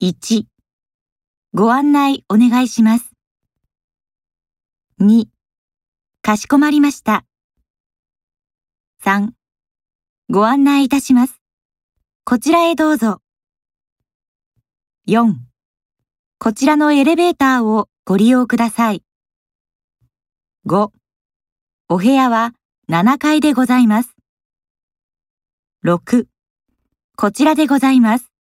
1、ご案内お願いします。2、かしこまりました。3、ご案内いたします。こちらへどうぞ。4、こちらのエレベーターをご利用ください。5、お部屋は7階でございます。6、こちらでございます。